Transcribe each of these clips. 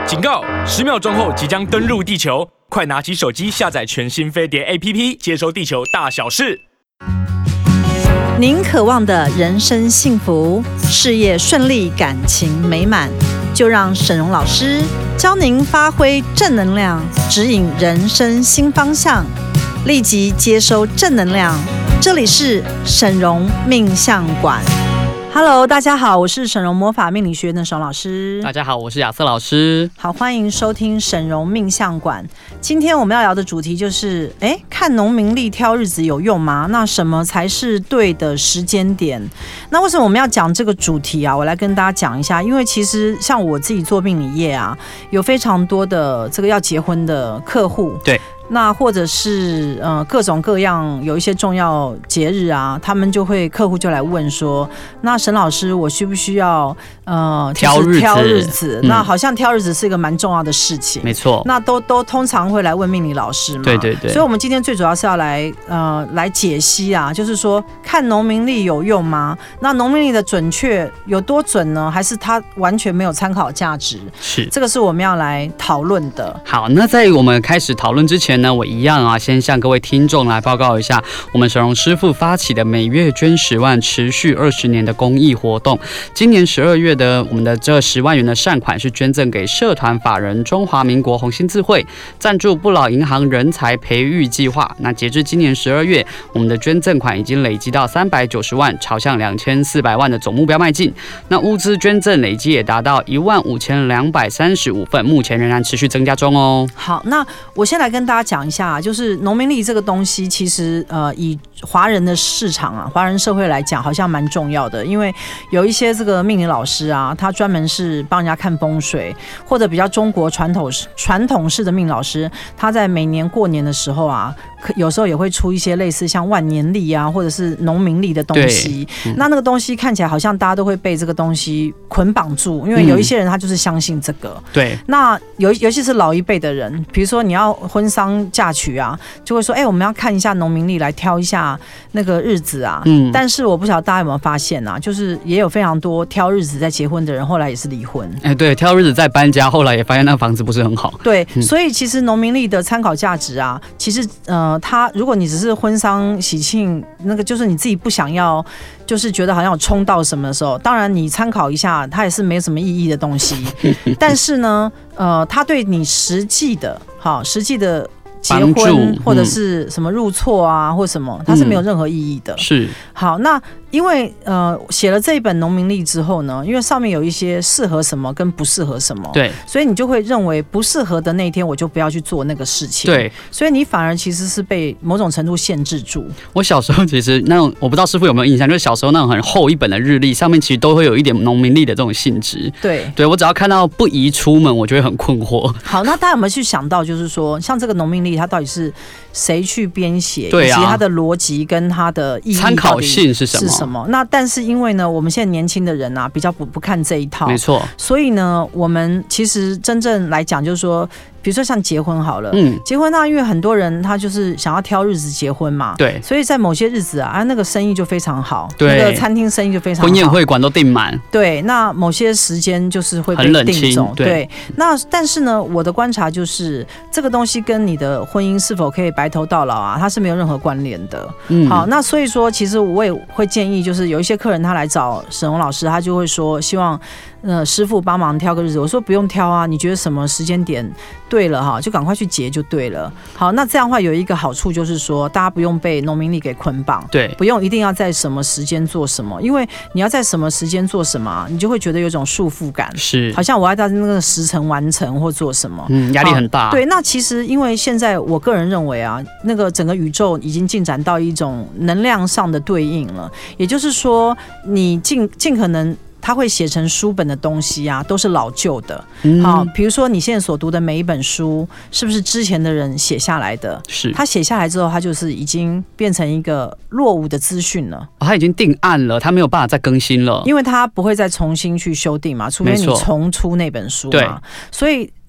警告！10秒钟后即将登陆地球，快拿起手机下载全新飞碟 APP， 接收地球大小事。 您渴望的人生幸福、事业顺利、感情美满，就让沈荣老师教您发挥正能量，指引人生新方向。立即接收正能量，这里是沈荣命相馆。Hello， 大家好，我是沈荣魔法命理学院的沈老师。 大家好，我是亚瑟老师。 好，欢迎收听沈荣命相馆。今天我们要聊的主题就是，看农民历挑日子有用吗？那什么才是对的时间点？那为什么我们要讲这个主题啊？我来跟大家讲一下，因为其实像我自己做命理业啊，有非常多的这个要结婚的客户。 对。 那或者是各种各样有一些重要节日啊，客户就来问说，那沈老师我需不需要挑日子？那好像挑日子是一个蛮重要的事情， 没错。 那都通常会来问命理老师嘛， 对对对。 所以我们今天最主要是要来解析啊，就是说看农民历有用吗？那农民历的准确有多准呢？还是它完全没有参考价值？ 是， 这个是我们要来讨论的。 好，那在我们开始讨论之前呢，我一样啊，先向各位听众来报告一下，我们沈荣师傅发起的每月捐10万、持续20年的公益活动。今年12月的我们的这10万元的善款是捐赠给社团法人中华民国红星智慧，赞助不老银行人才培育计划。那截至今年12月，我们的捐赠款已经累积到390万，朝向2400万的总目标迈进。那物资捐赠累积也达到15235份，目前仍然持续增加中哦。 好，那我先来跟大家讲一下，就是农民历这个东西，其实以华人的市场啊，华人社会来讲，好像蛮重要的，因为有一些这个命理老师啊，他专门是帮人家看风水，或者比较中国传统式的命理老师，他在每年过年的时候啊，有时候也会出一些类似像万年历啊，或者是农民历的东西。那个东西看起来好像大家都会被这个东西捆绑住，因为有一些人他就是相信这个。 对。 那尤其是老一辈的人，比如说你要婚丧嫁娶啊，就会说，我们要看一下农民历来挑一下那个日子啊。但是我不晓得大家有没有发现啊，就是也有非常多挑日子在结婚的人，后来也是离婚。 对，挑日子在搬家，后来也发现那个房子不是很好。 对，所以其实农民历的参考价值啊，其实它如果你只是婚丧喜庆，那个就是你自己不想要，就是觉得好像有冲到什么的时候，当然你参考一下，它也是没有什么意义的东西。但是呢，它对你实际的结婚或者是什么入错啊，或什么，它是没有任何意义的。 是。 好，那因为写了这一本农民历之后呢，因为上面有一些适合什么跟不适合什么， 对， 所以你就会认为不适合的那一天我就不要去做那个事情。 对， 所以你反而其实是被某种程度限制住。 我小时候其实那种，我不知道师傅有没有印象，就是小时候那种很厚一本的日历，上面其实都会有一点农民历的这种性质。对，我只要看到不宜出门，我就会很困惑。 好，那大家有没有去想到，就是说像这个农民历它到底是谁去编写， 对啊， 以及它的逻辑跟它的意义参考性是什么？ 那但是因为呢，我们现在年轻的人啊，比较不看这一套， 没错。 所以呢，我们其实真正来讲，就是说，比如说像结婚好了，结婚因为很多人他就是想要挑日子结婚嘛， 对， 所以在某些日子啊，那个生意就非常好， 对， 那个餐厅生意就非常好， 婚宴会馆都订满， 对，那某些时间就是会被订走，对。那但是呢，我的观察就是这个东西跟你的婚姻是否可以白头到老啊，它是没有任何关联的。好，那所以说，其实我也会建议，就是有一些客人他来找沈荣老师，他就会说希望师傅帮忙挑个日子。我说不用挑啊，你觉得什么时间点对了哈，就赶快去结就对了。好，那这样的话有一个好处就是说，大家不用被农民历给捆绑， 对， 不用一定要在什么时间做什么，因为你要在什么时间做什么，你就会觉得有一种束缚感， 是， 好像我要在那个时辰完成或做什么， 压力很大。 对，那其实因为现在我个人认为啊，那个整个宇宙已经进展到一种能量上的对应了，也就是说，你尽可能。他会写成书本的东西啊，都是老旧的。好，比如说你现在所读的每一本书，是不是之前的人写下来的？ 是。 他写下来之后，他就是已经变成一个落伍的资讯了。 他已经定案了，他没有办法再更新了， 因为他不会再重新去修订嘛，除非你重出那本书嘛。所以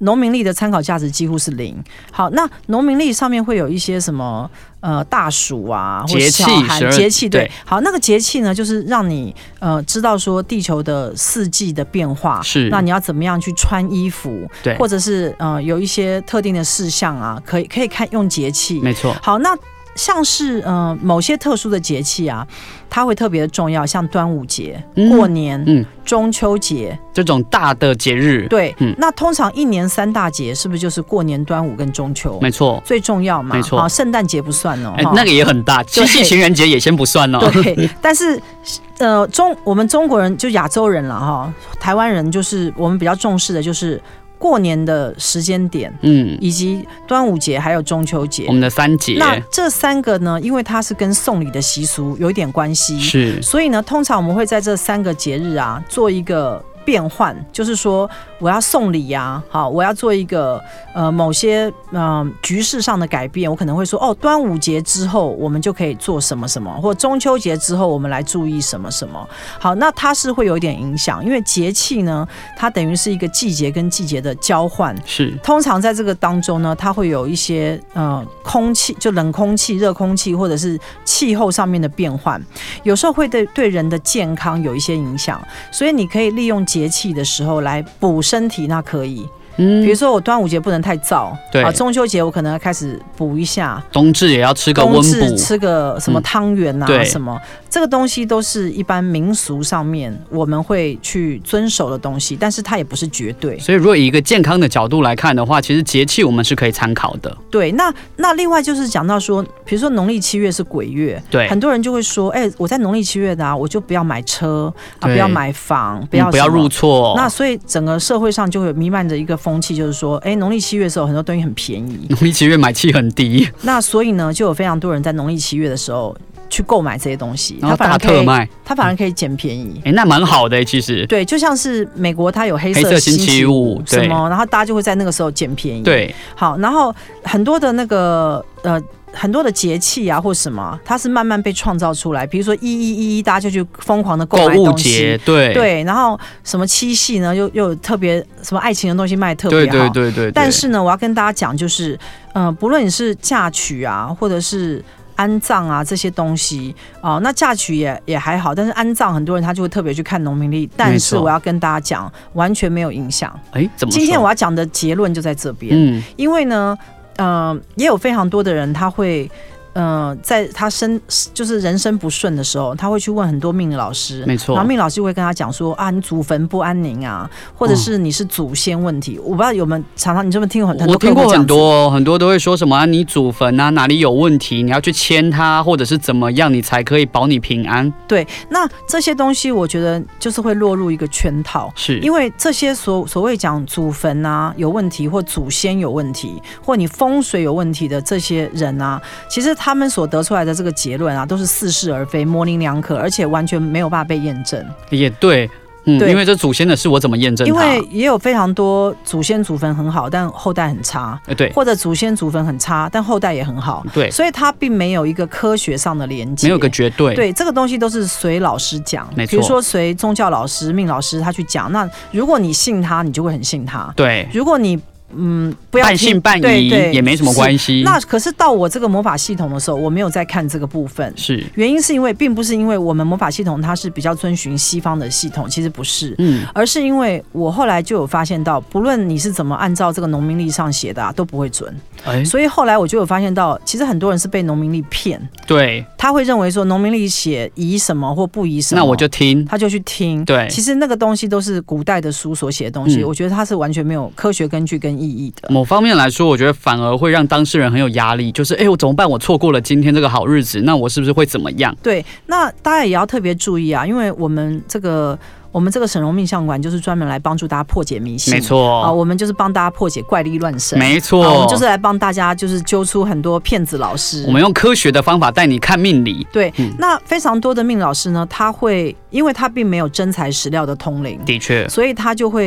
农民历的参考价值几乎是0。好，那农民历上面会有一些什么大暑啊，或小寒节气，对，好，那个节气呢，就是让你知道说地球的4季的变化， 是， 那你要怎么样去穿衣服， 对， 或者是有一些特定的事项啊，可以看用节气， 没错。 好，那像是某些特殊的节气啊，它会特别的重要，像端午节、过年、中秋节这种大的节日。 对，那通常1年3大节是不是就是过年、端午跟中秋？ 没错， 最重要嘛。 没错， 圣诞节不算哦， 那个也很大，七夕情人节也先不算哦。 对，但是我们中国人就亚洲人了哈，台湾人就是我们比较重视的就是过年的时间点，以及端午节还有中秋节， 我们的3节。 那这3个呢，因为它是跟送礼的习俗有一点关系， 是， 所以呢，通常我们会在这3个节日啊做一个变换，就是说我要送礼啊，好，我要做一个某些局势上的改变，我可能会说端午节之后我们就可以做什么什么，或中秋节之后我们来注意什么什么。好，那它是会有一点影响，因为节气呢，它等于是一个季节跟季节的交换， 是。通常在这个当中呢，它会有一些空气，就冷空气、热空气，或者是气候上面的变换，有时候会对人的健康有一些影响，所以你可以利用节气的时候来补身体，那可以。比如说我端午节不能太燥，对，中秋节我可能要开始补一下， 冬至也要吃个温补， 吃个什么汤圆啊，什么这个东西都是一般民俗上面我们会去遵守的东西，但是它也不是绝对。 所以如果以一个健康的角度来看的话，其实节气我们是可以参考的。 对，那另外就是讲到说，比如说农历7月是癸月，对，很多人就会说，我在农历7月的我就不要买车啊，不要买房，不要入错。 那所以整个社会上就会弥漫着一个风气，就是说，农历7月的时候很多东西很便宜， 农历7月买气很低。 那所以呢，就有非常多人在农历7月的时候去购买这些东西， 然后大特卖， 它反而可以捡便宜。 那蛮好的其实。 对，就像是美国它有黑色星期五什么，然后大家就会在那个时候捡便宜。对，好，然后很多的那个很多的节气啊或什么，它是慢慢被创造出来。比如说111，大家就去疯狂的购买东西，对，然后什么7夕呢，又有特别什么爱情的东西卖特别好，对。但是呢，我要跟大家讲，就是不论你是嫁娶啊，或者是安葬啊这些东西那嫁娶也还好，但是安葬很多人他就会特别去看农民历，但是我要跟大家讲，完全没有影响。 怎么说？ 今天我要讲的结论就在这边，因为呢。也有非常多的人，他会在他就是人生不顺的时候，他会去问很多命理老师，没错。然后命理老师会跟他讲说你祖坟不安宁啊，或者是你是祖先问题。我不知道有没有常常你这么听过很多， 我听过很多都会说什么你祖坟啊哪里有问题，你要去迁它，或者是怎么样，你才可以保你平安。 对，那这些东西我觉得就是会落入一个圈套，是因为这些所谓讲祖坟啊有问题，或祖先有问题，或你风水有问题的这些人啊，其实他们所得出来的这个结论啊，都是似是而非、模棱两可，而且完全没有办法被验证。 也对。因为这祖先的事我怎么验证它？ 因为也有非常多祖先祖坟很好，但后代很差，对，或者祖先祖坟很差，但后代也很好，对，所以它并没有一个科学上的连接， 没有个绝对。 对，这个东西都是随老师讲，没错，比如说随宗教老师、命老师他去讲，那如果你信他，你就会很信他，对，如果你不要半信半疑也没什么关系。 那可是到我这个魔法系统的时候，我没有在看这个部分。是原因是因为并不是因为我们魔法系统它是比较遵循西方的系统，其实不是，而是因为我后来就有发现到，不论你是怎么按照这个农民历上写的都不会准。所以后来我就有发现到，其实很多人是被农民历骗。对，他会认为说农民历写宜什么或不宜什么， 那我就听， 他就去听。对，其实那个东西都是古代的书所写的东西，我觉得它是完全没有科学根据跟意义的。 某方面来说，我觉得反而会让当事人很有压力，就是我怎么办？我错过了今天这个好日子，那我是不是会怎么样？ 对，那大家也要特别注意啊，因为我们这个沈荣命相馆就是专门来帮助大家破解迷信，没错我们就是帮大家破解怪力乱神， 没错我们就是来帮大家就是揪出很多骗子老师。 我们用科学的方法带你看命理。 对，那非常多的命老师呢，他会因为他并没有真材实料的通灵， 的确， 所以他就会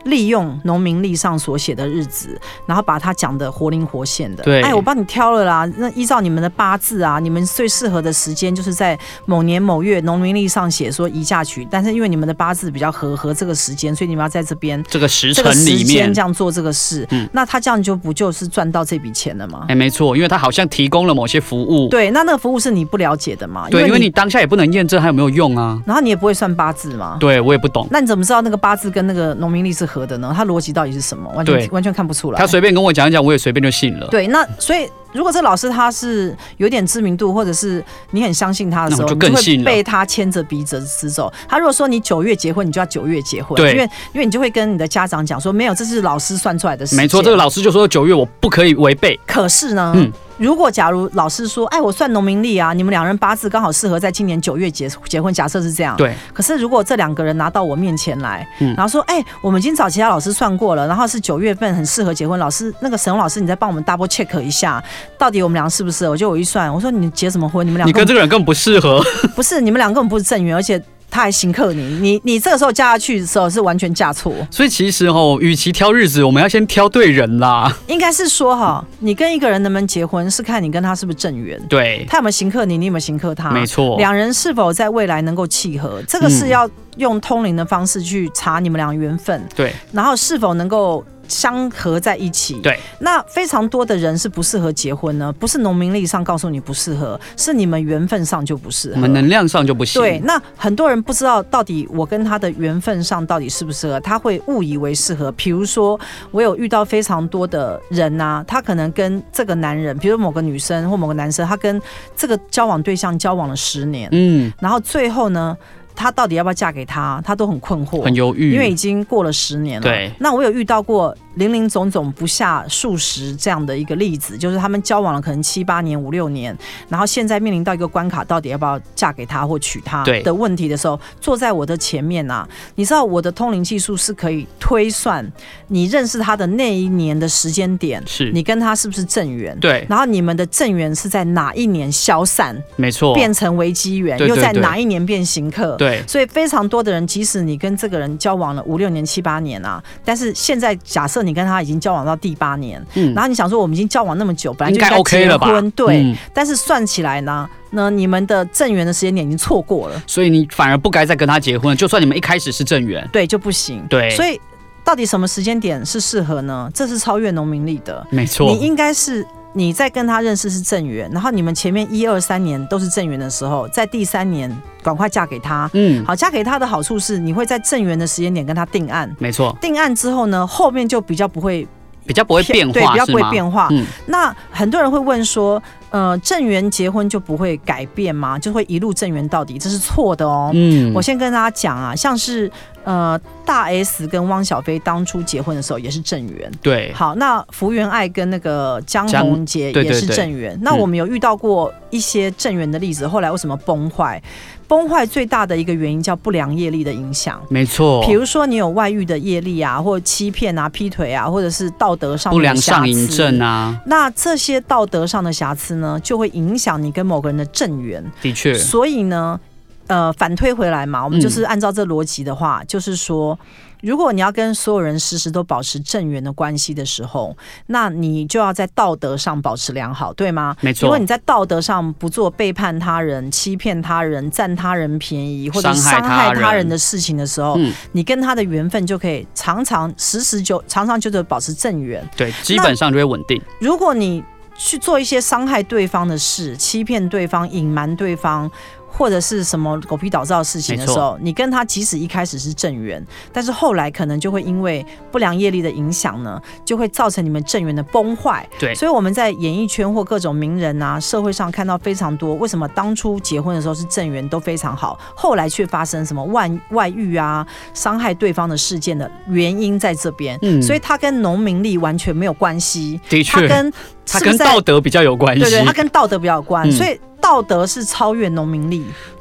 利用农民历上所写的日子，然后把它讲得活灵活现的。 对， 哎，我帮你挑了啦。那依照你们的八字啊，你们最适合的时间就是在某年某月，农民历上写说宜嫁娶，但是因为你们的八字比较合这个时间，所以你们要在这边这个时辰里面这样做这个事。那他这样不就是赚到这笔钱了吗？ 哎，没错，因为他好像提供了某些服务。 对，那个服务是你不了解的嘛？ 对，因为你当下也不能验证它有没有用啊。 然后你也不会算八字嘛？ 对，我也不懂。 那你怎么知道那个八字跟那个农民历是合的呢？它逻辑到底是什么？完全看不出来。 他随便跟我讲一讲，我也随便就信了。 对，那所以如果这个老师他是有点知名度，或者是你很相信他的时候， 那我就更信了， 你就会被他牵着鼻子走。他如果说你9月结婚，你就要9月结婚， 对， 因为你就会跟你的家长讲说，没有，这是老师算出来的时间。 没错，这个老师就说9月我不可以违背。 可是呢，如果假如老师说，哎，我算农民历啊，你们2人八字刚好适合在今年9月结婚，假设是这样， 对。 可是如果这2个人拿到我面前来，然后说，哎，我们已经找其他老师算过了，然后是9月份很适合结婚，老师那个沈荣老师，你再帮我们 double check 一下，到底我们俩适不适合？我一算，我说你结什么婚？你们俩你跟这个人根本不适合， 不是你们俩根本不是正缘，而且他还刑克你这个时候嫁下去的时候是完全嫁错。 所以其实与其挑日子，我们要先挑对人啦。 应该是说你跟一个人能不能结婚，是看你跟他是不是正缘。 对， 他有没有刑克你，你有没有刑克他？ 没错， 两人是否在未来能够契合，这个是要用通灵的方式去查你们俩缘分。 对， 然后是否能够相合在一起。 对， 那非常多的人是不适合结婚呢，不是农民历上告诉你不适合，是你们缘分上就不适合， 我们能量上就不行。 对，那很多人不知道到底我跟他的缘分上到底适不适合，他会误以为适合。比如说，我有遇到非常多的人啊，他可能跟这个男人，比如某个女生或某个男生，他跟这个交往对象交往了10年，然后最后呢，她到底要不要嫁给他，她都很困惑， 很犹豫， 因为已经过了10年了。 对， 那我有遇到过林林总总不下数十这样的一个例子，就是他们交往了可能7、8年、5、6年，然后现在面临到一个关卡，到底要不要嫁给他或娶他的问题的时候，坐在我的前面啊，你知道我的通灵技术是可以推算你认识他的那一年的时间点， 是你跟他是不是正缘， 对， 然后你们的正缘是在哪一年消散， 没错， 变成危机缘，又在哪一年变刑克， 对， 所以非常多的人，即使你跟这个人交往了5、6年、7、8年啊，但是现在假设你跟他已经交往到第8年，然后你想说我们已经交往那么久，本来就应该结婚，对，但是算起来呢，你们的正缘的时间点已经错过了， 所以你反而不该再跟他结婚，就算你们一开始是正缘， 对，就不行， 对， 所以到底什么时间点是适合呢？这是超越农民历的， 没错， 你应该是你在跟他认识是正缘，然后你们前面1、2、3年都是正缘的时候，在第3年赶快嫁给他。好，嫁给他的好处是你会在正缘的时间点跟他定案， 没错。 定案之后呢，后面就比较不会变化， 对，比较不会变化。那很多人会问说，正缘结婚就不会改变吗？就会一路正缘到底？这是错的哦。我先跟大家讲啊，像是大 S 跟汪小菲当初结婚的时候也是正缘。 对， 好，那福原爱跟那个江宏杰也是正缘。那我们有遇到过一些正缘的例子，后来为什么崩坏？崩坏最大的一个原因叫不良业力的影响， 没错。 比如说你有外遇的业力啊，或者欺骗啊、劈腿啊，或者是道德上的不良上瘾症啊， 那这些道德上的瑕疵呢，就会影响你跟某个人的正缘。 的确， 所以呢，反推回来嘛，我们就是按照这逻辑的话，就是说，如果你要跟所有人时时都保持正缘的关系的时候，那你就要在道德上保持良好，对吗？ 没错。 因为你在道德上不做背叛他人、欺骗他人、占他人便宜或者伤害他人的事情的时候，你跟他的缘分就可以长长久久保持正缘。 对，基本上就会稳定。 如果你去做一些伤害对方的事、欺骗对方、隐瞒对方，或者是什么狗屁倒灶的事情的时候，你跟他即使一开始是正缘，但是后来可能就会因为不良业力的影响呢，就会造成你们正缘的崩坏。 对， 所以我们在演艺圈或各种名人啊，社会上看到非常多，为什么当初结婚的时候是正缘都非常好，后来却发生什么外遇啊、伤害对方的事件的原因在这边。所以它跟农民历完全没有关系。 的确，它跟道德比较有关系。 对，它跟道德比较有关。所以道德是超越农民历。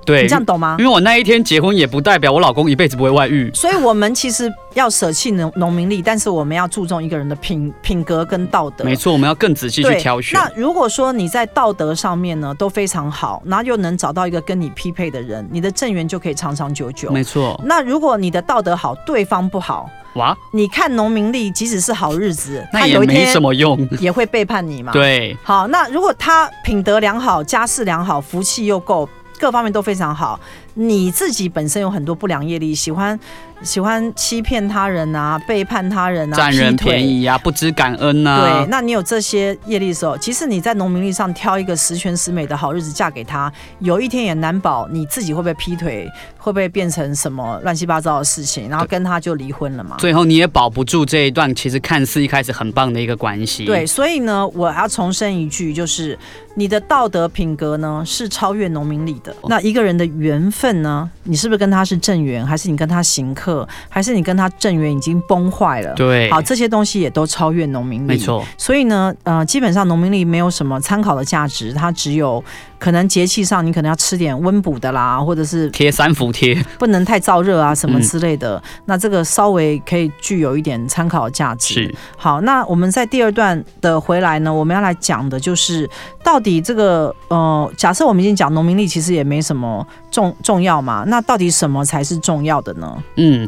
对， 你这样懂吗？ 因为我那一天结婚，也不代表我老公一辈子不会外遇。 所以我们其实要舍弃农民力，但是我们要注重一个人的品格跟道德。 没错，我们要更仔细去挑选。 那如果说你在道德上面呢都非常好，然后又能找到一个跟你匹配的人，你的正缘就可以长长久久。 没错。 那如果你的道德好，对方不好，哇，你看农民历，即使是好日子， 那也没什么用， 也会背叛你嘛。 对。 好，那如果他品德良好，家世良好，福气又够，各方面都非常好，你自己本身有很多不良业力，喜欢欺骗他人啊，背叛他人啊， 占人便宜啊，不知感恩啊。 对，那你有这些业力的时候，其实你在农民历上挑一个十全十美的好日子嫁给他，有一天也难保你自己会不会劈腿，会不会变成什么乱七八糟的事情，然后跟他就离婚了嘛。 最后你也保不住这一段其实看似一开始很棒的一个关系。 对，所以呢，我要重申一句，就是你的道德品格呢是超越农民历的。那一个人的缘分呢，你是不是跟他是正缘，还是你跟他行克，还是你跟他正缘已经崩坏了？ 对， 好，这些东西也都超越农民历。 没错。 所以呢，基本上农民历没有什么参考的价值，它只有可能节气上你可能要吃点温补的啦，或者是贴三伏贴， 不能太燥热啊什么之类的。那这个稍微可以具有一点参考的价值。 是。 好，那我们在第二段的回来呢，我们要来讲的就是到底这个假设我们已经讲农民历其实也没什么重要嘛，那到底什么才是重要的呢？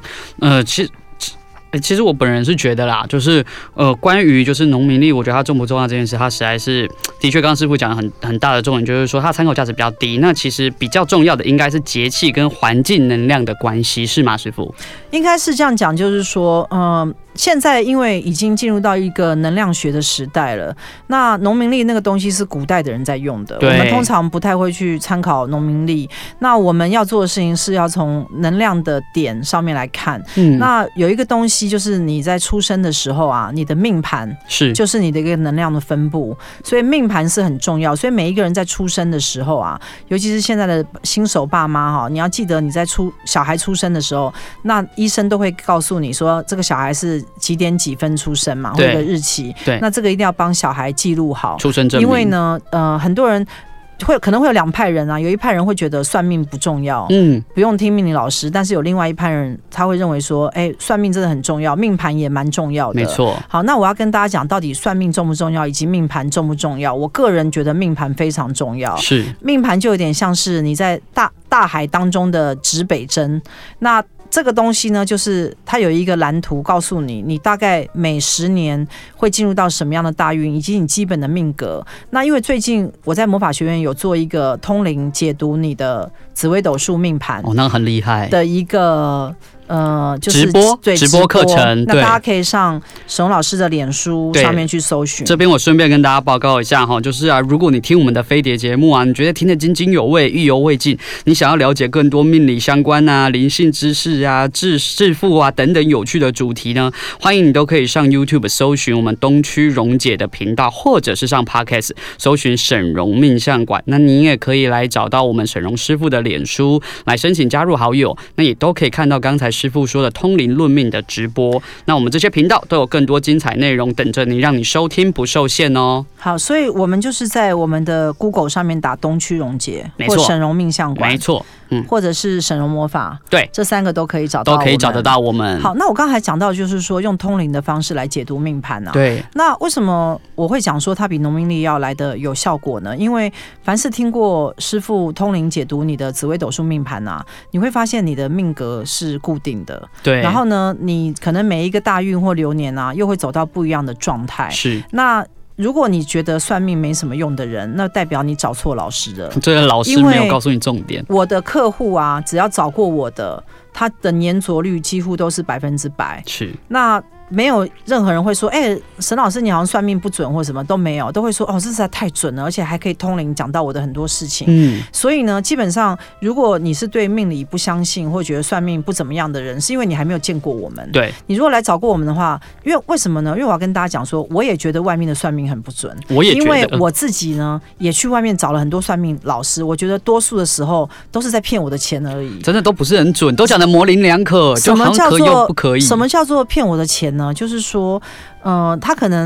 其实我本人是觉得啦，就是关于就是农民历，我觉得它重不重要这件事，它实在是的确，刚刚师傅讲的很大的重点，就是说它参考价值比较低。那其实比较重要的应该是节气跟环境能量的关系，是吗，师傅？ 应该是这样讲，就是说，现在因为已经进入到一个能量学的时代了，那农民历那个东西是古代的人在用的，我们通常不太会去参考农民历。那我们要做的事情是要从能量的点上面来看。那有一个东西就是你在出生的时候啊，你的命盘就是你的一个能量的分布，所以命盘是很重要。所以每一个人在出生的时候啊，尤其是现在的新手爸妈哈，你要记得你在小孩出生的时候，那医生都会告诉你说这个小孩是几点几分出生嘛，或者日期。对，那这个一定要帮小孩记录好出生证明。 因为呢，很多人可能会有两派人啊，有一派人会觉得算命不重要，不用听命理老师，但是有另外一派人他会认为说，算命真的很重要，命盘也蛮重要的。 没错。 好，那我要跟大家讲，到底算命重不重要，以及命盘重不重要？我个人觉得命盘非常重要。 是， 命盘就有点像是你在大海当中的指北针，那这个东西呢，就是它有一个蓝图告诉你，你大概每10年会进入到什么样的大运，以及你基本的命格。那因为最近我在魔法学院有做一个通灵解读你的紫微斗数命盘， 那个很厉害的一个就是直播课程。 那大家可以上沈荣老师的脸书上面去搜寻。 这边我顺便跟大家报告一下哈，就是啊，如果你听我们的飞碟节目啊，你觉得听得津津有味、意犹未尽，你想要了解更多命理相关啊、灵性知识啊、致富啊等等有趣的主题呢，欢迎你都可以上 YouTube 搜寻我们东区荣姐的频道，或者是上 Podcast 搜寻沈荣命相馆。那你也可以来找到我们沈荣师傅的脸书来申请加入好友，那也都可以看到刚才师傅说的通灵论命的直播。那我们这些频道都有更多精彩内容等着你，让你收听不受限哦。 好，所以我们就是在我们的 Google 上面打东区荣姐或沈荣命相馆， 没错， 或者是沈荣魔法， 对， 这3个都可以找到， 都可以找得到我们。 好，那我刚才讲到就是说用通灵的方式来解读命盘啊。 对， 那为什么我会讲说它比农民历要来的有效果呢？因为凡是听过师傅通灵解读你的紫微斗数命盘啊，你会发现你的命格是固定的。 对， 然后呢，你可能每一个大运或流年啊，又会走到不一样的状态。 是， 那如果你觉得算命没什么用的人，那代表你找错老师了。 这个老师没有告诉你重点。 我的客户啊，只要找过我的，他的粘着率几乎都是100%。 是， 那没有任何人会说，沈老师你好像算命不准或什么都没有，都会说这实在太准了，而且还可以通灵讲到我的很多事情。所以呢，基本上如果你是对命理不相信或觉得算命不怎么样的人，是因为你还没有见过我们。 对， 你如果来找过我们的话，为什么呢？因为我要跟大家讲说，我也觉得外面的算命很不准， 我也觉得， 因为我自己呢也去外面找了很多算命老师，我觉得多数的时候都是在骗我的钱而已， 真的都不是很准，都讲的模棱两可，就好像可以又不可以。 什么叫做骗我的钱呢？就是说他可能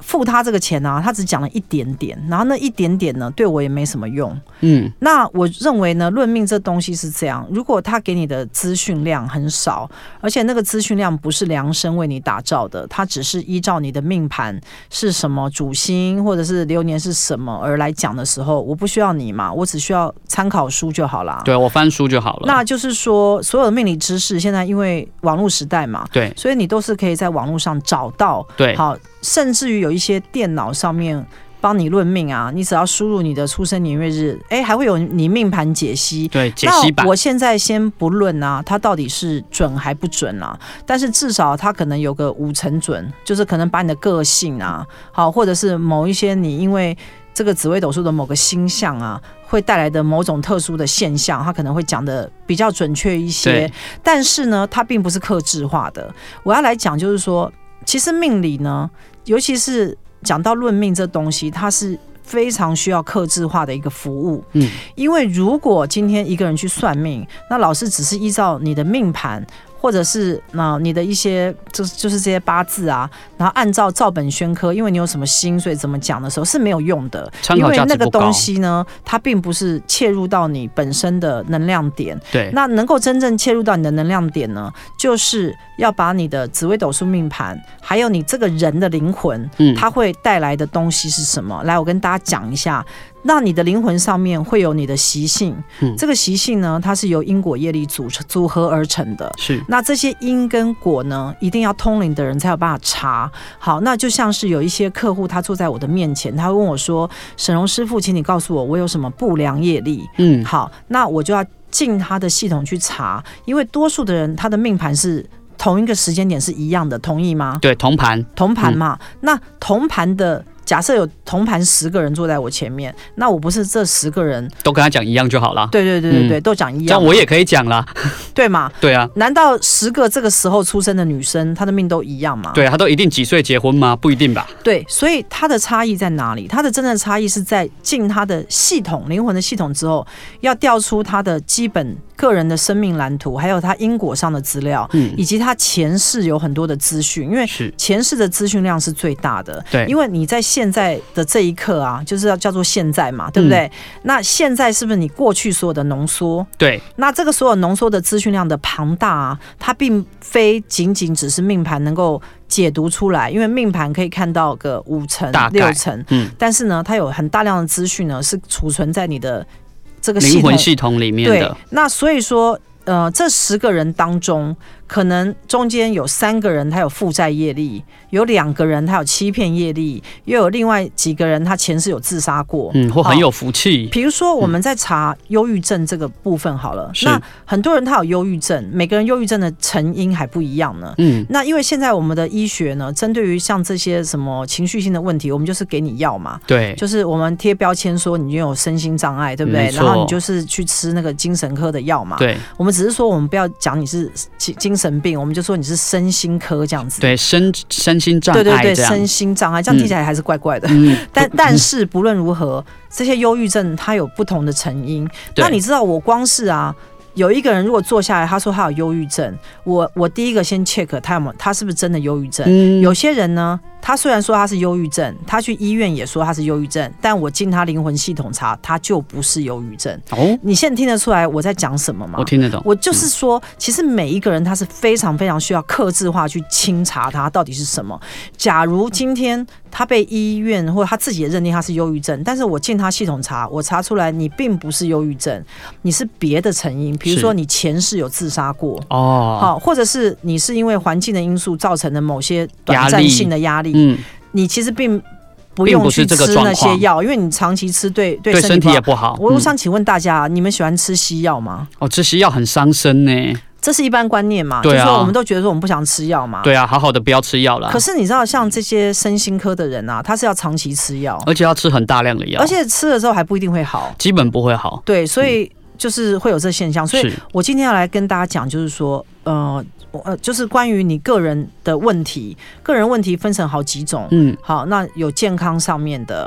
付他这个钱啊，他只讲了一点点，然后那一点点呢，对我也没什么用。那我认为呢，论命这东西是这样，如果他给你的资讯量很少，而且那个资讯量不是量身为你打造的，它只是依照你的命盘是什么主星或者是流年是什么而来讲的时候，我不需要你嘛，我只需要参考书就好啦。 对，我翻书就好了。 那就是说，所有的命理知识现在因为网络时代嘛， 对， 所以你都是可以在网络上找到。 对， 好，甚至于有一些电脑上面帮你论命啊，你只要输入你的出生年月日，还会有你命盘解析。 对，解析版。 那我现在先不论啊，它到底是准还不准啊，但是至少它可能有个50%准，就是可能把你的个性啊，好，或者是某一些你因为这个紫微斗数的某个星象啊，会带来的某种特殊的现象，它可能会讲的比较准确一些。但是呢，它并不是客制化的。我要来讲就是说，其实命理呢，尤其是讲到论命这东西，它是非常需要客制化的一个服务。因为如果今天一个人去算命，那老师只是依照你的命盘，或者是你的一些就是这些八字啊，然后按照照本宣科，因为你有什么星，所以怎么讲的时候是没有用的，因为那个东西呢，它并不是切入到你本身的能量点。 对， 那能够真正切入到你的能量点呢，就是要把你的紫微斗数命盘，还有你这个人的灵魂，它会带来的东西是什么？来，我跟大家讲一下。那你的灵魂上面会有你的习性，这个习性呢，它是由因果业力组合而成的。 是， 那这些因跟果呢，一定要通灵的人才有办法查。好，那就像是有一些客户，他坐在我的面前，他会问我说：“沈荣师傅，请你告诉我，我有什么不良业力？”好，那我就要进他的系统去查，因为多数的人他的命盘是同一个时间点是一样的，同意吗？ 对，同盘嘛。那同盘的。假设有同盘10个人坐在我前面，那我不是这10个人都跟他讲一样就好了。 对，都讲一样， 这样我也可以讲啦， 对嘛？ 对啊， 难道10个这个时候出生的女生，她的命都一样吗？ 对，她都一定几岁结婚吗？不一定吧。 对，所以她的差异在哪里？她的真正的差异是在进她的系统、灵魂的系统之后，要调出她的基本个人的生命蓝图，还有她因果上的资料，以及她前世有很多的资讯，因为前世的资讯量是最大的。 对， 因为你在现在的这一刻啊，就是要叫做现在嘛，对不对？那现在是不是你过去所有的浓缩？对，那这个所有浓缩的资讯量的庞大啊，它并非仅仅只是命盘能够解读出来，因为命盘可以看到个5成、6成，但是呢，它有很大量的资讯呢是储存在你的这个灵魂系统里面的。 对，那所以说，这10个人当中，可能中间有3个人他有负债业力，有2个人他有欺骗业力，又有另外几个人他前世有自杀过， 或很有福气。 比如说我们在查忧郁症这个部分好了，那很多人他有忧郁症，每个人忧郁症的成因还不一样呢。那因为现在我们的医学呢，针对于像这些什么情绪性的问题，我们就是给你药嘛，对，就是我们贴标签说你有身心障碍，对不对？然后你就是去吃那个精神科的药嘛，对，我们只是说我们不要讲你是精神病，我们就说你是身心科这样子。对，身心障碍，对，身心障碍，这样听起来还是怪怪的。但是不论如何，这些忧郁症它有不同的成因。那你知道，我光是有一个人如果坐下来，他说他有忧郁症，我第一个先 check 他是不是真的忧郁症。有些人呢，他虽然说他是忧郁症，他去医院也说他是忧郁症，但我进他灵魂系统查，他就不是忧郁症。你现在听得出来我在讲什么吗？我听得懂。我就是说，其实每一个人他是非常非常需要客制化去清查他到底是什么。假如今天他被医院或者他自己也认定他是忧郁症，但是我进他系统查，我查出来你并不是忧郁症，你是别的成因，比如说你前世有自杀过，好，或者是你是因为环境的因素造成的某些短暂性的压力，你其实并不用去吃那些药，因为你长期吃对身体也不好。我想请问大家，你们喜欢吃西药吗？吃西药很伤身呢。这是一般观念嘛，就是说我们都觉得说我们不想吃药嘛。对啊，好好的不要吃药啦。可是你知道，像这些身心科的人啊，他是要长期吃药，而且要吃很大量的药，而且吃了之后还不一定会好，基本不会好。对，所以就是会有这现象。所以我今天要来跟大家讲，就是说，就是关于你个人的问题，个人问题分成好几种。好，那有健康上面的，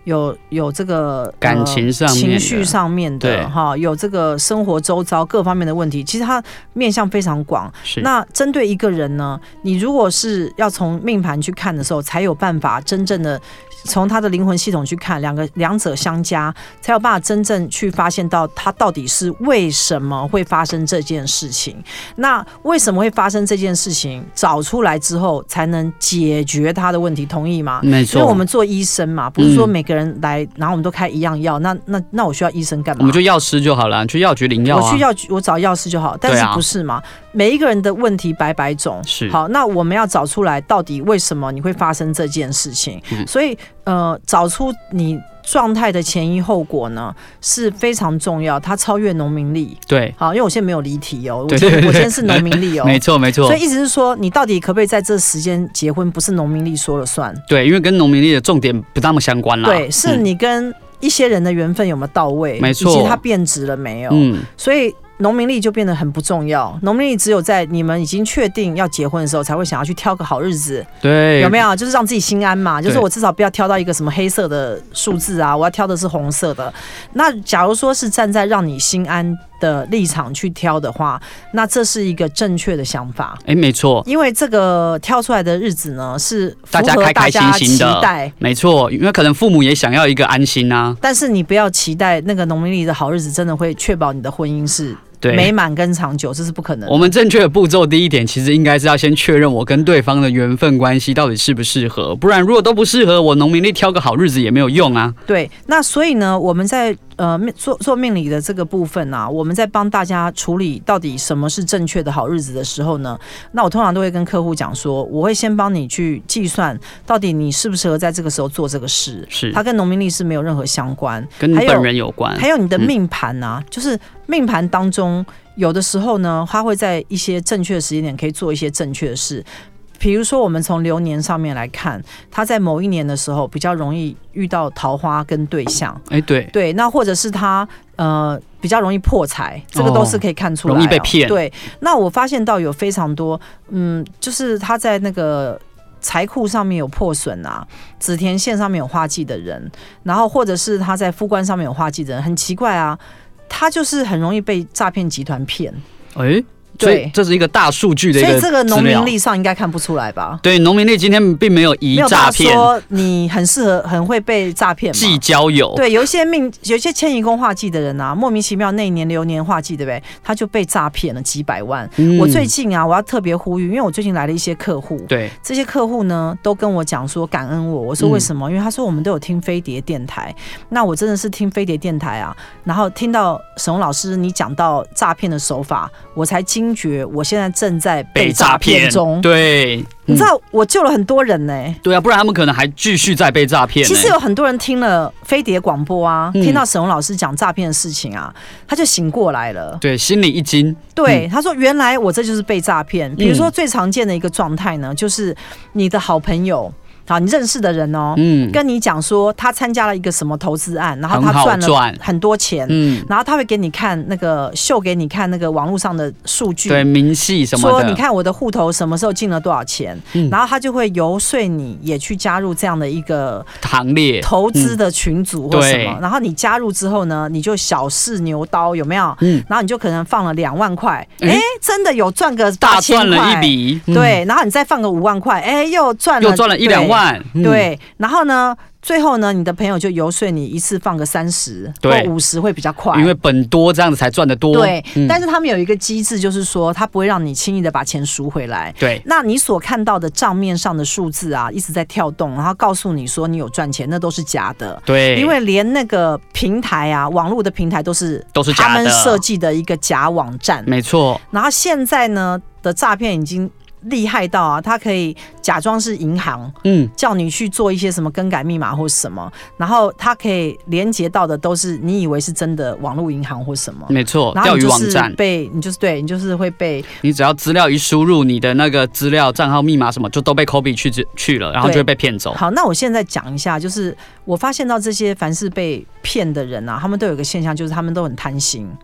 有这个感情上面的、 情绪上面的哈，有这个生活周遭各方面的问题，其实它面向非常广。那针对一个人呢，你如果是要从命盘去看的时候，才有办法真正的从他的灵魂系统去看，两者相加，才有办法真正去发现到他到底是为什么会发生这件事情。那为什么会发生这件事情，找出来之后才能解决他的问题，同意吗？ 没错， 因为我们做医生嘛，不是说每个人来，然后我们都开一样药，那我需要医生干嘛？ 我们就药师就好了，去药局领药啊。 我找药师就好，但是不是嘛？每一个人的问题百百种， 是好，那我们要找出来到底为什么你会发生这件事情，所以找出你状态的前因后果呢是非常重要，它超越农民历。 对， 好，因为我现在没有离题哦， 对我现在是农民历哦， 没错没错。 所以意思是说，你到底可不可以在这时间结婚，不是农民历说了算。 对，因为跟农民历的重点不那么相关啦。 对，是你跟一些人的缘分有没有到位， 没错， 以及它变质了没有。所以农民历就变得很不重要，农民历只有在你们已经确定要结婚的时候，才会想要去挑个好日子， 对， 有没有？就是让自己心安嘛，就是我至少不要挑到一个什么黑色的数字啊，我要挑的是红色的。那假如说是站在让你心安的立场去挑的话，那这是一个正确的想法。 没错， 因为这个挑出来的日子呢，是大家开开心心的，期待。没错，因为可能父母也想要一个安心啊。 但是你不要期待那个农民历的好日子真的会确保你的婚姻是美满跟长久，这是不可能的。 我们正确的步骤第一点，其实应该是要先确认我跟对方的缘分关系到底适不适合，不然如果都不适合，我农民历挑个好日子也没有用啊。 对，那所以呢，我们在做命理的这个部分啊，我们在帮大家处理到底什么是正确的好日子的时候呢，那我通常都会跟客户讲说，我会先帮你去计算到底你适不适合在这个时候做这个事， 是它跟农民历是没有任何相关， 跟你本人有关， 还有你的命盘啊，就是命盘当中有的时候呢，它会在一些正确的时间点可以做一些正确的事。比如说我们从流年上面来看，他在某一年的时候比较容易遇到桃花跟对象，对，那或者是他比较容易破财，这个都是可以看出来， 容易被骗。 对，那我发现到有非常多就是他在那个财库上面有破损啊，子田线上面有化忌的人，然后或者是他在夫官上面有化忌的人，很奇怪啊，他就是很容易被诈骗集团骗。 所以这是一个大数据的一个资料， 所以这个农民历上应该看不出来吧？对， 农民历今天并没有疑诈骗， 没有说你很适合、很会被诈骗嘛？ 忌交友， 对，有一些迁移宫化忌的人啊，莫名其妙那一年流年化忌，对不对？他就被诈骗了几百万。我最近啊，我要特别呼吁，因为我最近来了一些客户， 对， 这些客户呢都跟我讲说感恩我，我说为什么？因为他说我们都有听飞碟电台，那我真的是听飞碟电台啊，然后听到沈荣老师你讲到诈骗的手法，我才惊觉我现在正在被诈骗中。 对， 你知道我救了很多人呢。 对啊，不然他们可能还继续在被诈骗。 其实有很多人听了飞碟广播啊，听到沈荣老师讲诈骗的事情啊，他就醒过来了。 对，心里一惊。 对，他说原来我这就是被诈骗。比如说最常见的一个状态呢，就是你的好朋友。好，你认识的人哦，跟你讲说他参加了一个什么投资案，然后他赚了很多钱，然后他会给你看那个秀给你看那个网络上的数据， 对，明细什么的， 说你看我的户头什么时候进了多少钱，然后他就会游说你也去加入这样的一个行列投资的群组或什么，然后你加入之后呢，你就小试牛刀有没有？然后你就可能放了2万块，真的有赚个8000块， 大赚了一笔， 对，然后你再放个5万块，又赚了 1-2万。 对，然后呢，最后呢，你的朋友就游说你一次放个30或50会比较快， 因为本多这样子才赚得多。 对，但是他们有一个机制，就是说他不会让你轻易的把钱赎回来。 对， 那你所看到的账面上的数字啊，一直在跳动，然后告诉你说你有赚钱，那都是假的。 对， 因为连那个平台啊，网络的平台都是假的， 他们设计的一个假网站。 没错。 然后现在呢的诈骗已经厉害到啊，他可以假装是银行，叫你去做一些什么更改密码或什么，然后他可以连接到的都是你以为是真的网络银行或什么， 没错，钓鱼网站， 你就是会被， 你只要资料一输入，你的那个资料、账号、密码什么就都被 copy 去了，然后就会被骗走。 好，那我现在讲一下，就是我发现到这些凡是被骗的人啊，他们都有一个现象，就是他们都很贪心。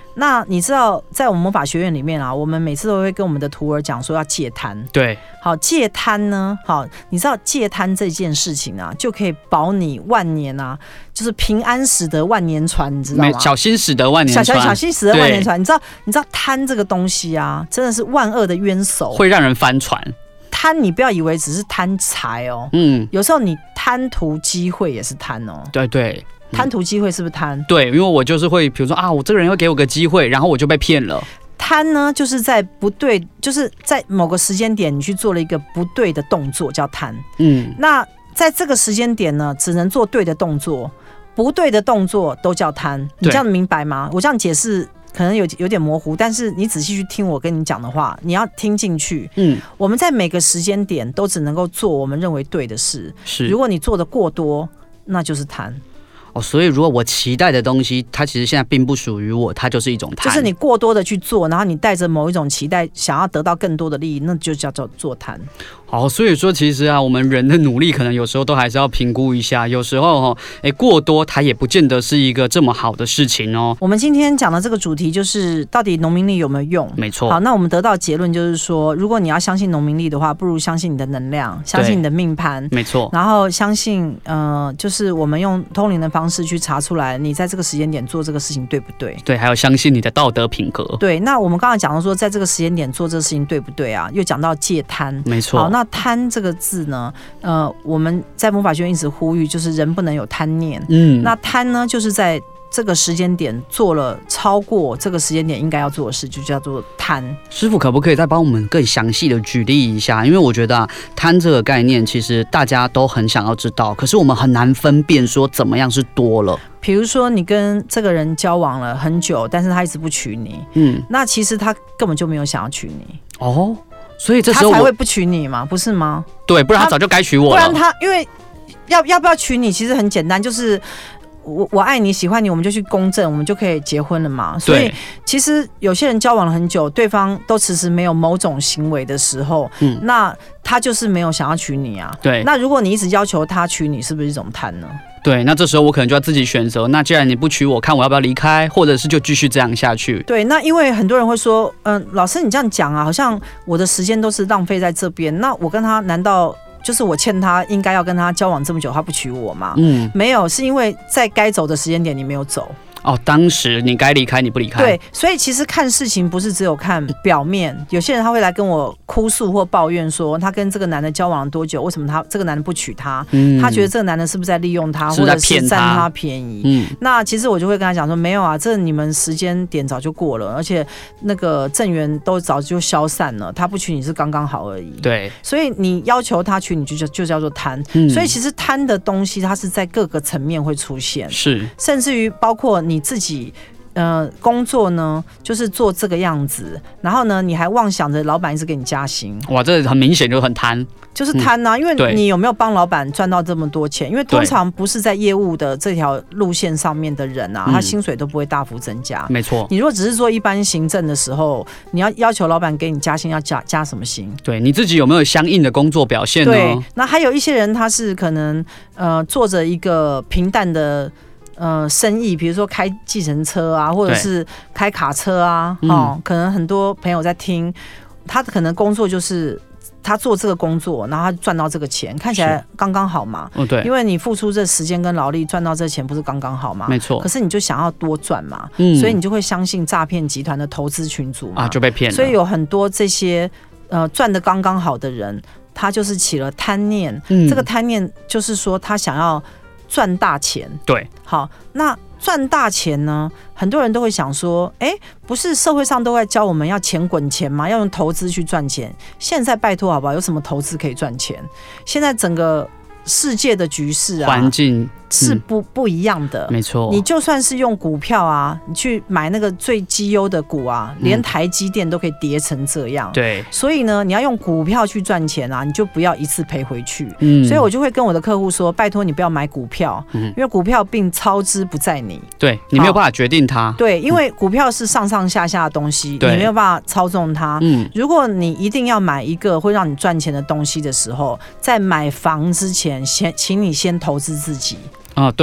那你知道，在我们魔法学院里面啊，我们每次都会跟我们的徒儿讲说要戒贪。 对， 好，戒贪呢，好，你知道戒贪这件事情啊，就可以保你万年啊，就是平安使得万年船，你知道吗？ 小心使得万年船， 小心使得万年船。你知道贪这个东西啊，真的是万恶的冤首， 会让人翻船。 贪，你不要以为只是贪财哦，有时候你贪图机会也是贪哦。 对对。 贪图机会是不是贪？ 对，因为我就是会，比如说啊，我这个人会给我个机会，然后我就被骗了。 贪呢，就是在不对，就是在某个时间点，你去做了一个不对的动作，叫贪。那在这个时间点呢，只能做对的动作，不对的动作都叫贪。你这样明白吗？我这样解释可能有点模糊，但是你仔细去听我跟你讲的话，你要听进去。我们在每个时间点都只能够做我们认为对的事。是，如果你做的过多，那就是贪。 所以如果我期待的东西，它其实现在并不属于我，它就是一种贪。 就是你过多的去做，然后你带着某一种期待，想要得到更多的利益，那就叫做做贪。 好，所以说其实啊，我们人的努力可能有时候都还是要评估一下，有时候过多它也不见得是一个这么好的事情哦。 我们今天讲的这个主题就是到底农民力有没有用？ 没错。 好，那我们得到结论就是说，如果你要相信农民力的话，不如相信你的能量，相信你的命盘。 没错。 然后相信就是我们用通灵的方式去查出来，你在这个时间点做这个事情对不对？ 对，还有相信你的道德品格。 对，那我们刚才讲到说，在这个时间点做这个事情对不对啊？又讲到戒贪。 没错。 好，那贪这个字呢，我们在魔法学院一直呼吁，就是人不能有贪念。那贪呢，就是在这个时间点做了超过这个时间点应该要做的事，就叫做贪。 师父可不可以再帮我们更详细的举例一下？因为我觉得贪这个概念其实大家都很想要知道，可是我们很难分辨说怎么样是多了。 比如说你跟这个人交往了很久，但是他一直不娶你，那其实他根本就没有想要娶你哦， 所以这时候他才会不娶你嘛，不是吗？ 对，不然他早就该娶我了。 不然他因为要不要娶你，其实很简单，就是我爱你喜欢你，我们就去公证，我们就可以结婚了嘛。所以其实有些人交往了很久，对方都迟迟没有某种行为的时候，那他就是没有想要娶你啊。对，那如果你一直要求他娶你，是不是一种贪呢？ 对，那这时候我可能就要自己选择。那既然你不娶我，看我要不要离开，或者是就继续这样下去。 对，那因为很多人会说，老师你这样讲啊，好像我的时间都是浪费在这边。那我跟他难道就是我欠他应该要跟他交往这么久，他不娶我吗？没有，是因为在该走的时间点你没有走。 当时你该离开你不离开。 对，所以其实看事情不是只有看表面，有些人他会来跟我哭诉或抱怨说，他跟这个男的交往了多久，为什么这个男的不娶他？他觉得这个男的是不是在利用他，或者是占他便宜？那其实我就会跟他讲说，没有啊，这你们时间点早就过了，而且那个正缘都早就消散了，他不娶你是刚刚好而已。对，所以你要求他娶你就叫做贪。所以其实贪的东西它是在各个层面会出现，是甚至于包括你自己工作呢，就是做这个样子，然后呢，你还妄想着老板一直给你加薪， 哇，这很明显就很贪， 就是贪啊！因为你有没有帮老板赚到这么多钱？因为通常不是在业务的这条路线上面的人啊，他薪水都不会大幅增加。没错，你如果只是做一般行政的时候，你要求老板给你加薪，要加什么薪？ 对，你自己有没有相应的工作表现呢？ 对，那还有一些人他是可能做着一个平淡的生意，比如说开计程车啊，或者是开卡车啊，可能很多朋友在听，他可能工作就是他做这个工作，然后他赚到这个钱，看起来刚刚好嘛。对，因为你付出这时间跟劳力赚到这钱，不是刚刚好吗？没错。可是你就想要多赚嘛，所以你就会相信诈骗集团的投资群组嘛， 就被骗了。 所以有很多这些赚得刚刚好的人，他就是起了贪念。这个贪念就是说他想要赚大钱。对，好，那赚大钱呢，很多人都会想说，不是社会上都在教我们要钱滚钱吗？要用投资去赚钱。现在拜托好不好？有什么投资可以赚钱？现在整个世界的局势啊，环境是不一样的。没错，你就算是用股票啊，你去买那个最绩优的股啊，连台积电都可以跌成这样。对，所以呢，你要用股票去赚钱啊，你就不要一次赔回去。所以我就会跟我的客户说，拜托你不要买股票，因为股票并操之不在你。对，你没有办法决定它。对，因为股票是上上下下的东西，你没有办法操纵它。如果你一定要买一个会让你赚钱的东西的时候，在买房之前，请你先投资自己。对，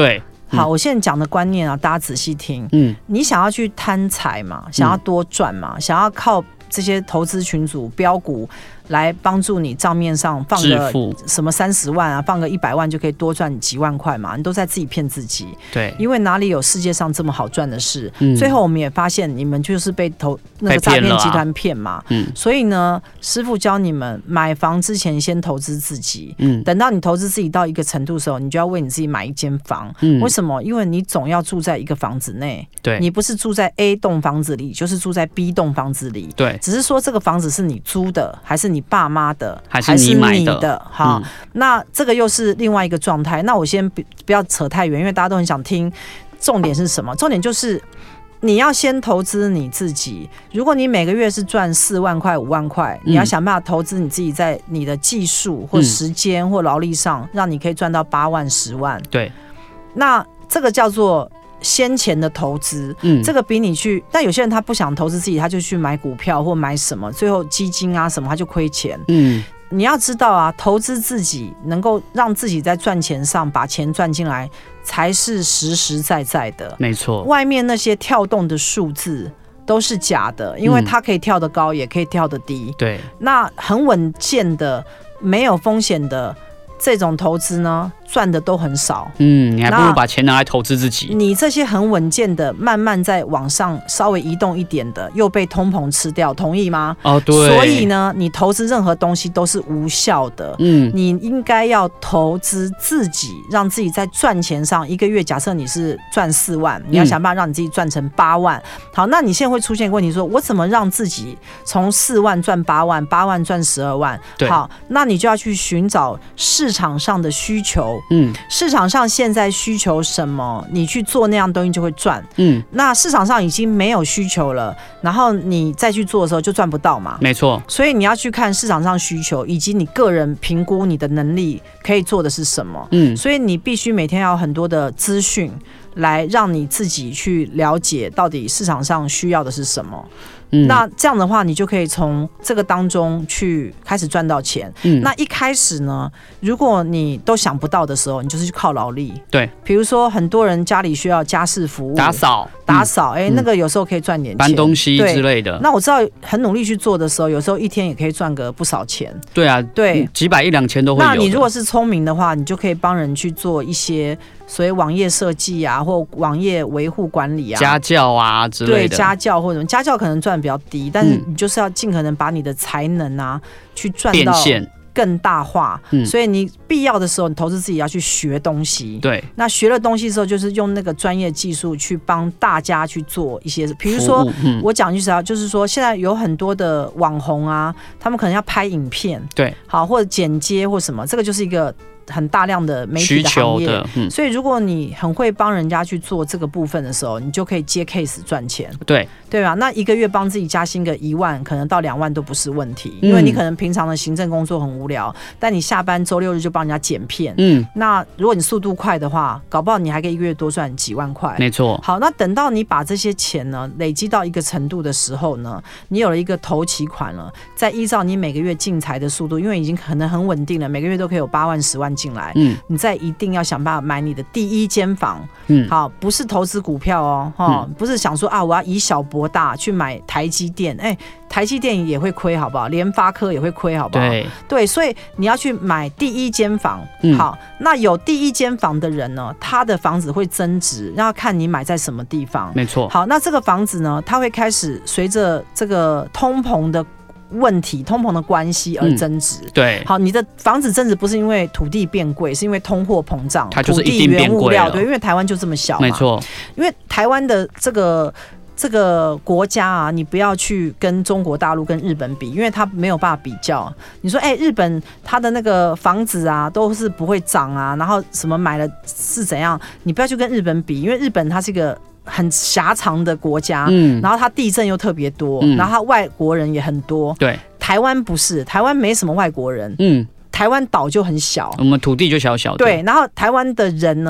好，我现在讲的观念啊，大家仔细听。你想要去贪财嘛，想要多赚嘛，想要靠这些投资群组标股来帮助你账面上放个什么30万啊，放个100万就可以多赚几万块嘛，你都在自己骗自己。 对， 因为哪里有世界上这么好赚的事？最后我们也发现你们就是被那个诈骗集团骗嘛。所以呢，师父教你们买房之前先投资自己。等到你投资自己到一个程度的时候，你就要为你自己买一间房。为什么？因为你总要住在一个房子内。 对， 你不是住在 A 栋房子里，就是住在 B 栋房子里。 对， 只是说这个房子是你租的，还是你爸妈的， 还是你买的？ 好，那这个又是另外一个状态。那我先不要扯太远，因为大家都很想听。重点是什么？重点就是你要先投资你自己。如果你每个月是赚4万块、5万块，你要想办法投资你自己，在你的技术或时间或劳力上，让你可以赚到8万、10万。 对， 那这个叫做先前的投资，这个比你去，但有些人他不想投资自己，他就去买股票或买什么，最后基金啊什么他就亏钱。你要知道啊，投资自己能够让自己在赚钱上把钱赚进来，才是实实在在的。 没错， 外面那些跳动的数字都是假的，因为它可以跳得高，也可以跳得低。 对， 那很稳健的、没有风险的这种投资呢，赚的都很少。你还不如把钱拿来投资自己。 你这些很稳健的，慢慢在往上稍微移动一点的，又被通膨吃掉，同意吗？ 对。 所以呢，你投资任何东西都是无效的。你应该要投资自己，让自己在赚钱上，一个月假设你是赚4万，你要想办法让你自己赚成8万。好，那你现在会出现一个问题，说我怎么让自己从4万赚8万，8万赚12万？好，那你就要去寻找市场上的需求。市场上现在需求什么，你去做那样东西就会赚。那市场上已经没有需求了，然后你再去做的时候就赚不到嘛。 没错， 所以你要去看市场上需求，以及你个人评估你的能力可以做的是什么。所以你必须每天要有很多的资讯，来让你自己去了解到底市场上需要的是什么。那这样的话，你就可以从这个当中去开始赚到钱。那一开始呢，如果你都想不到的时候，你就是去靠劳力。对，比如说很多人家里需要家事服务，打扫，那个有时候可以赚点钱， 搬东西之类的。 那我知道很努力去做的时候，有时候一天也可以赚个不少钱。对啊，对， 几百1-2千都会有的。 那你如果是聪明的话，你就可以帮人去做一些所谓网页设计啊，或网页维护管理啊， 家教啊之类的。 对，家教或者什么，家教可能赚比较低，但是你就是要尽可能把你的才能啊去赚到更大化。所以你必要的时候，你投资自己要去学东西。对，那学了东西之后，就是用那个专业技术去帮大家去做一些，比如说我讲句实话，就是说现在有很多的网红啊，他们可能要拍影片，对，好，或者剪接或什么，这个就是一个很大量的媒体的行业，所以如果你很会帮人家去做这个部分的时候，你就可以接 case 赚钱，对吧？那一个月帮自己加薪个1万，可能到2万都不是问题，因为你可能平常的行政工作很无聊，但你下班周6日就帮人家剪片，那如果你速度快的话，搞不好你还可以一个月多赚几万块，没错。好，那等到你把这些钱呢累积到一个程度的时候呢，你有了一个头期款了，再依照你每个月进财的速度，因为已经可能很稳定了，每个月都可以有8万、10万进来，你再一定要想办法买你的第一间房，好，不是投资股票哦，不是想说啊，我要以小博大去买台积电，台积电也会亏，好不好？联发科也会亏，好不好？对，所以你要去买第一间房，好，那有第一间房的人呢，他的房子会增值，要看你买在什么地方，没错。好，那这个房子呢，它会开始随着这个通膨的问题、通膨的关系而增值。对，好，你的房子增值不是因为土地变贵，是因为通货膨胀，它就是一定变贵了。对，因为台湾就这么小嘛，没错。因为台湾的这个国家啊，你不要去跟中国大陆、跟日本比，因为它没有办法比较。你说，日本它的那个房子啊，都是不会涨啊，然后什么买了是怎样，你不要去跟日本比，因为日本它是一个很狭长的国家，然后它地震又特别多，然后它外国人也很多。对，台湾不是，台湾没什么外国人，台湾岛就很小，我们土地就小小的。对，然后台湾的人呢，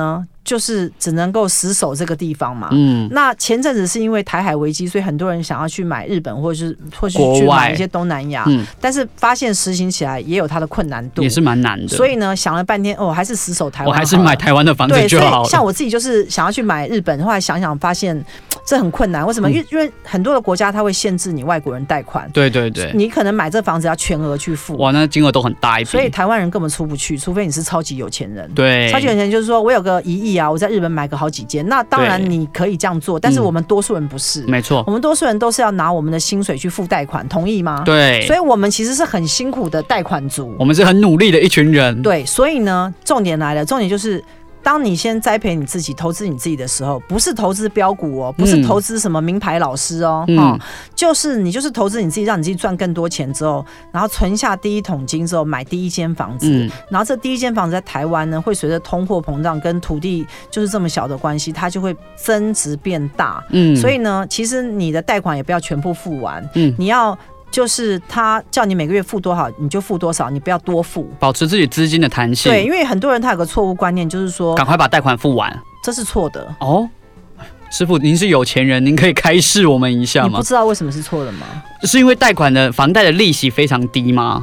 就是只能够死守这个地方嘛。那前阵子是因为台海危机，所以很多人想要去买日本或是去买一些东南亚，但是发现实行起来也有它的困难度， 也是蛮难的。 所以呢，想了半天，还是死守台湾， 我还是买台湾的房子就好了。 像我自己就是想要去买日本，后来想想发现这很困难。为什么？因为很多的国家它会限制你外国人贷款，对，你可能买这房子要全额去付， 哇，那金额都很大一笔， 所以台湾人根本出不去，除非你是超级有钱人。 对， 超级有钱人就是说我有个1亿啊，我在日本买个好几间，那当然你可以这样做，但是我们多数人不是， 没错， 我们多数人都是要拿我们的薪水去付贷款，同意吗？ 对， 所以我们其实是很辛苦的贷款族， 我们是很努力的一群人。 对，所以呢，重点来了，重点就是。当你先栽培你自己、投资你自己的时候，不是投资标股哦，不是投资什么名牌老师哦，就是你就是投资你自己，让你自己赚更多钱之后，然后存下第一桶金之后，买第一间房子，然后这第一间房子在台湾呢，会随着通货膨胀跟土地就是这么小的关系，它就会增值变大。所以呢，其实你的贷款也不要全部付完，你要。就是他叫你每个月付多少，你就付多少，你不要多付， 保持自己资金的弹性。 对，因为很多人他有个错误观念，就是说赶快把贷款付完， 这是错的哦。师傅，您是有钱人，您可以开示我们一下吗？ 你不知道为什么是错的吗？ 是因为贷款的房贷的利息非常低吗？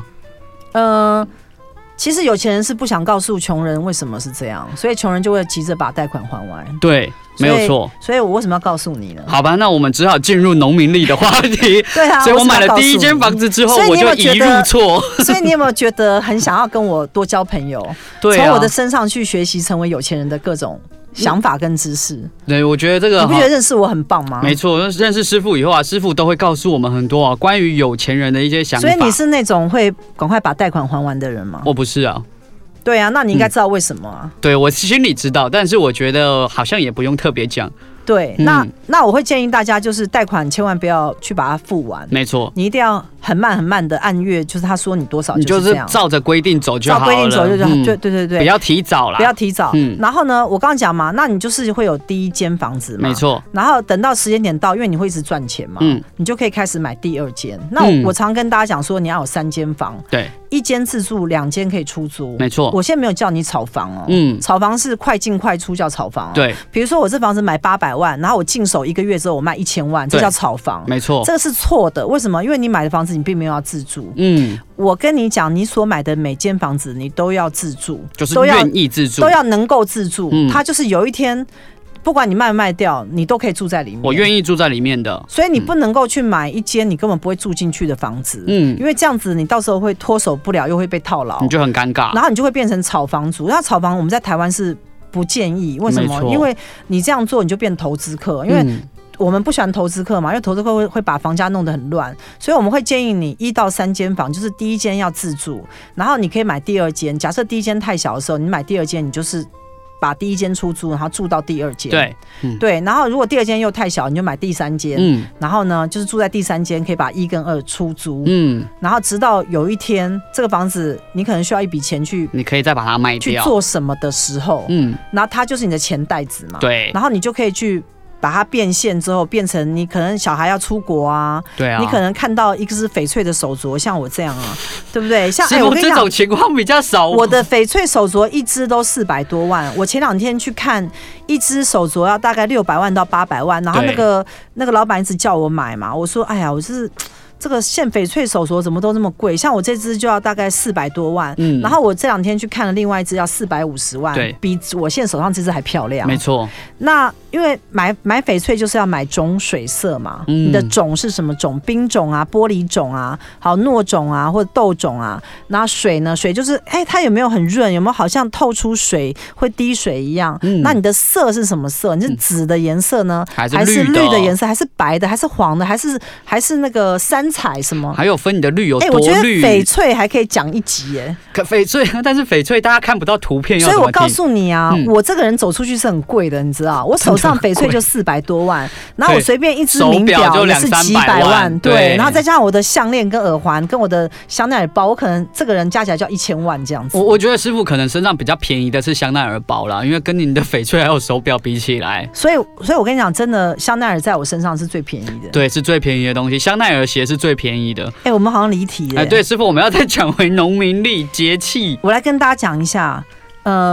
其实有钱人是不想告诉穷人为什么是这样，所以穷人就会急着把贷款还完。 对，没有错。 所以我为什么要告诉你呢？ 好吧，那我们只好进入农民历的话题。 对啊， 所以我买了第一间房子之后，我就一入错。 所以你有没有觉得很想要跟我多交朋友？ 对啊， 从我的身上去学习成为有钱人的各种想法跟知识。 对，我觉得这个你不觉得认识我很棒吗？ 没错，认识师傅以后啊，师傅都会告诉我们很多关于有钱人的一些想法。 所以你是那种会赶快把贷款还完的人吗？ 我不是啊。 对啊，那你应该知道为什么啊？ 对，我心里知道，但是我觉得好像也不用特别讲。 对，那我会建议大家，就是贷款千万不要去把它付完。 没错， 你一定要很慢很慢的按月，就是他说你多少， 你就是照着规定走就好了。 照规定走就好。对， 不要提早啦， 不要提早。然后呢，我刚刚讲嘛，那你就是会有第一间房子嘛， 没错。 然后等到时间点到，因为你会一直赚钱嘛，你就可以开始买第二间。那我常跟大家讲说，你要有3间房， 对 ，1间自住，2间可以出租。 没错， 我现在没有叫你炒房哦，炒房是快进快出叫炒房哦。 对， 比如说我这房子买800万，然后我进手1个月之后我卖1000万，这叫炒房。 没错， 这个是错的。为什么？因为你买的房子你并没有要自住。我跟你讲，你所买的每间房子你都要自住， 就是愿意自住， 都要能够自住。它就是有一天。不管你卖不卖掉，你都可以住在里面。 我愿意住在里面的， 所以你不能够去买一间你根本不会住进去的房子，因为这样子你到时候会脱手不了，又会被套牢， 你就很尴尬， 然后你就会变成炒房族。那炒房我们在台湾是不建议，为什么？因为你这样做你就变投资客，因为我们不喜欢投资客嘛，因为投资客会把房价弄得很乱，所以我们会建议你1到3间房，就是第一间要自住，然后你可以买第二间。假设第一间太小的时候，你买第二间，你就是把第一间出租，然后住到第二间。对，然后如果第二间又太小，你就买第3间。然后呢，就是住在第3间，可以把1跟2出租。然后直到有一天这个房子你可能需要一笔钱去， 你可以再把它卖掉去做什么的时候，然后它就是你的钱袋子嘛。 对， 然后你就可以去。把它变现之后，变成你可能小孩要出国啊， 对啊， 你可能看到一只翡翠的手镯，像我这样啊，对不对？像我跟你讲，这种情况比较少。 我的翡翠手镯一只都400多万，我前2天去看一只手镯要大概600万到800万，然后那个老板一直叫我买嘛，我说哎呀，我是。这个现翡翠手镯怎么都那么贵？像我这只就要大概400多万，然后我这2天去看了另外一只要450万， 对， 比我现在手上这只还漂亮。 没错。 那因为买翡翠就是要买种水色嘛，你的种是什么种？冰种啊、玻璃种啊、好糯种啊或者豆种啊。然后水呢？水就是它有没有很润？有没有好像透出水会滴水一样？那你的色是什么色？你是紫的颜色呢，还是绿的颜色，还是白的，还是黄的，还是那个三彩什么？ 还有分你的绿有多绿？ 我觉得翡翠还可以讲一集耶。 翡翠，但是翡翠大家看不到图片， 所以我告诉你啊，我这个人走出去是很贵的，你知道，我手上翡翠就400多万，然后我随便一只名表也是几百万，对，然后再加上我的项链跟耳环跟我的香奈儿包，我可能这个人加起来就要1000万这样子。 我觉得师傅可能身上比较便宜的是香奈儿包啦，因为跟你的翡翠还有手表比起来， 所以我跟你讲，真的香奈儿在我身上是最便宜的， 对，是最便宜的东西。香奈儿鞋是最便宜的。 我们好像离题了。 对，师傅，我们要再讲回农民历节气。 我来跟大家讲一下，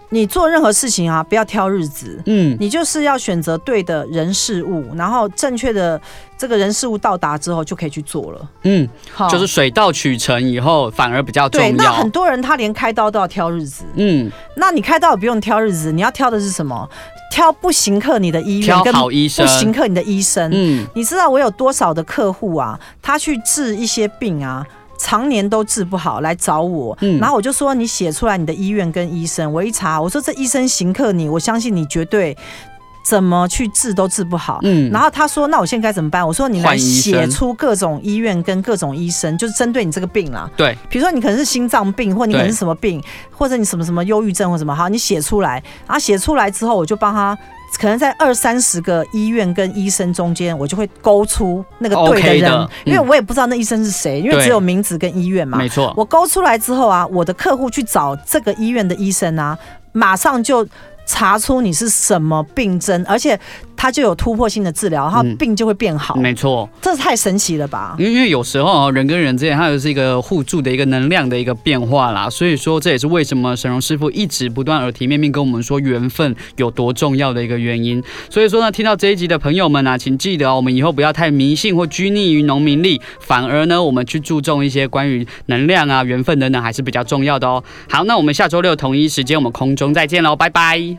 你做任何事情啊，不要挑日子，你就是要选择对的人事物，然后正确的这个人事物到达之后就可以去做了。 就是水到渠成以后反而比较重要。 对，那很多人他连开刀都要挑日子，那你开刀也不用挑日子，你要挑的是什么？挑不行克你的医院，跟不行克你的医生。你知道我有多少的客户啊，他去治一些病啊，常年都治不好来找我，然后我就说你写出来你的医院跟医生，我一查，我说这医生行克你，我相信你绝对怎么去治都治不好。然后他说那我现在该怎么办？我说你来写出各种医院跟各种医生，就是针对你这个病啦。 对， 比如说你可能是心脏病，或你可能是什么病，或者你什么忧郁症或什么，好，你写出来，然后写出来之后，我就帮他。可能在20-30个医院跟医生中间，我就会勾出那个对的人，因为我也不知道那医生是谁，因为只有名字跟医院嘛。 没错。 我勾出来之后啊，我的客户去找这个医院的医生啊，马上就查出你是什么病症，而且他就有突破性的治疗，然后病就会变好。 没错， 这太神奇了吧？ 因为有时候人跟人之间，它就是一个互助的一个能量的一个变化啦。所以说，这也是为什么沈荣师傅一直不断耳提面命跟我们说缘分有多重要的一个原因。所以说呢，听到这一集的朋友们啊，请记得我们以后不要太迷信或拘泥于农民历，反而呢，我们去注重一些关于能量啊、缘分等等，还是比较重要的哦。好，那我们下周6同一时间，我们空中再见喽，拜拜。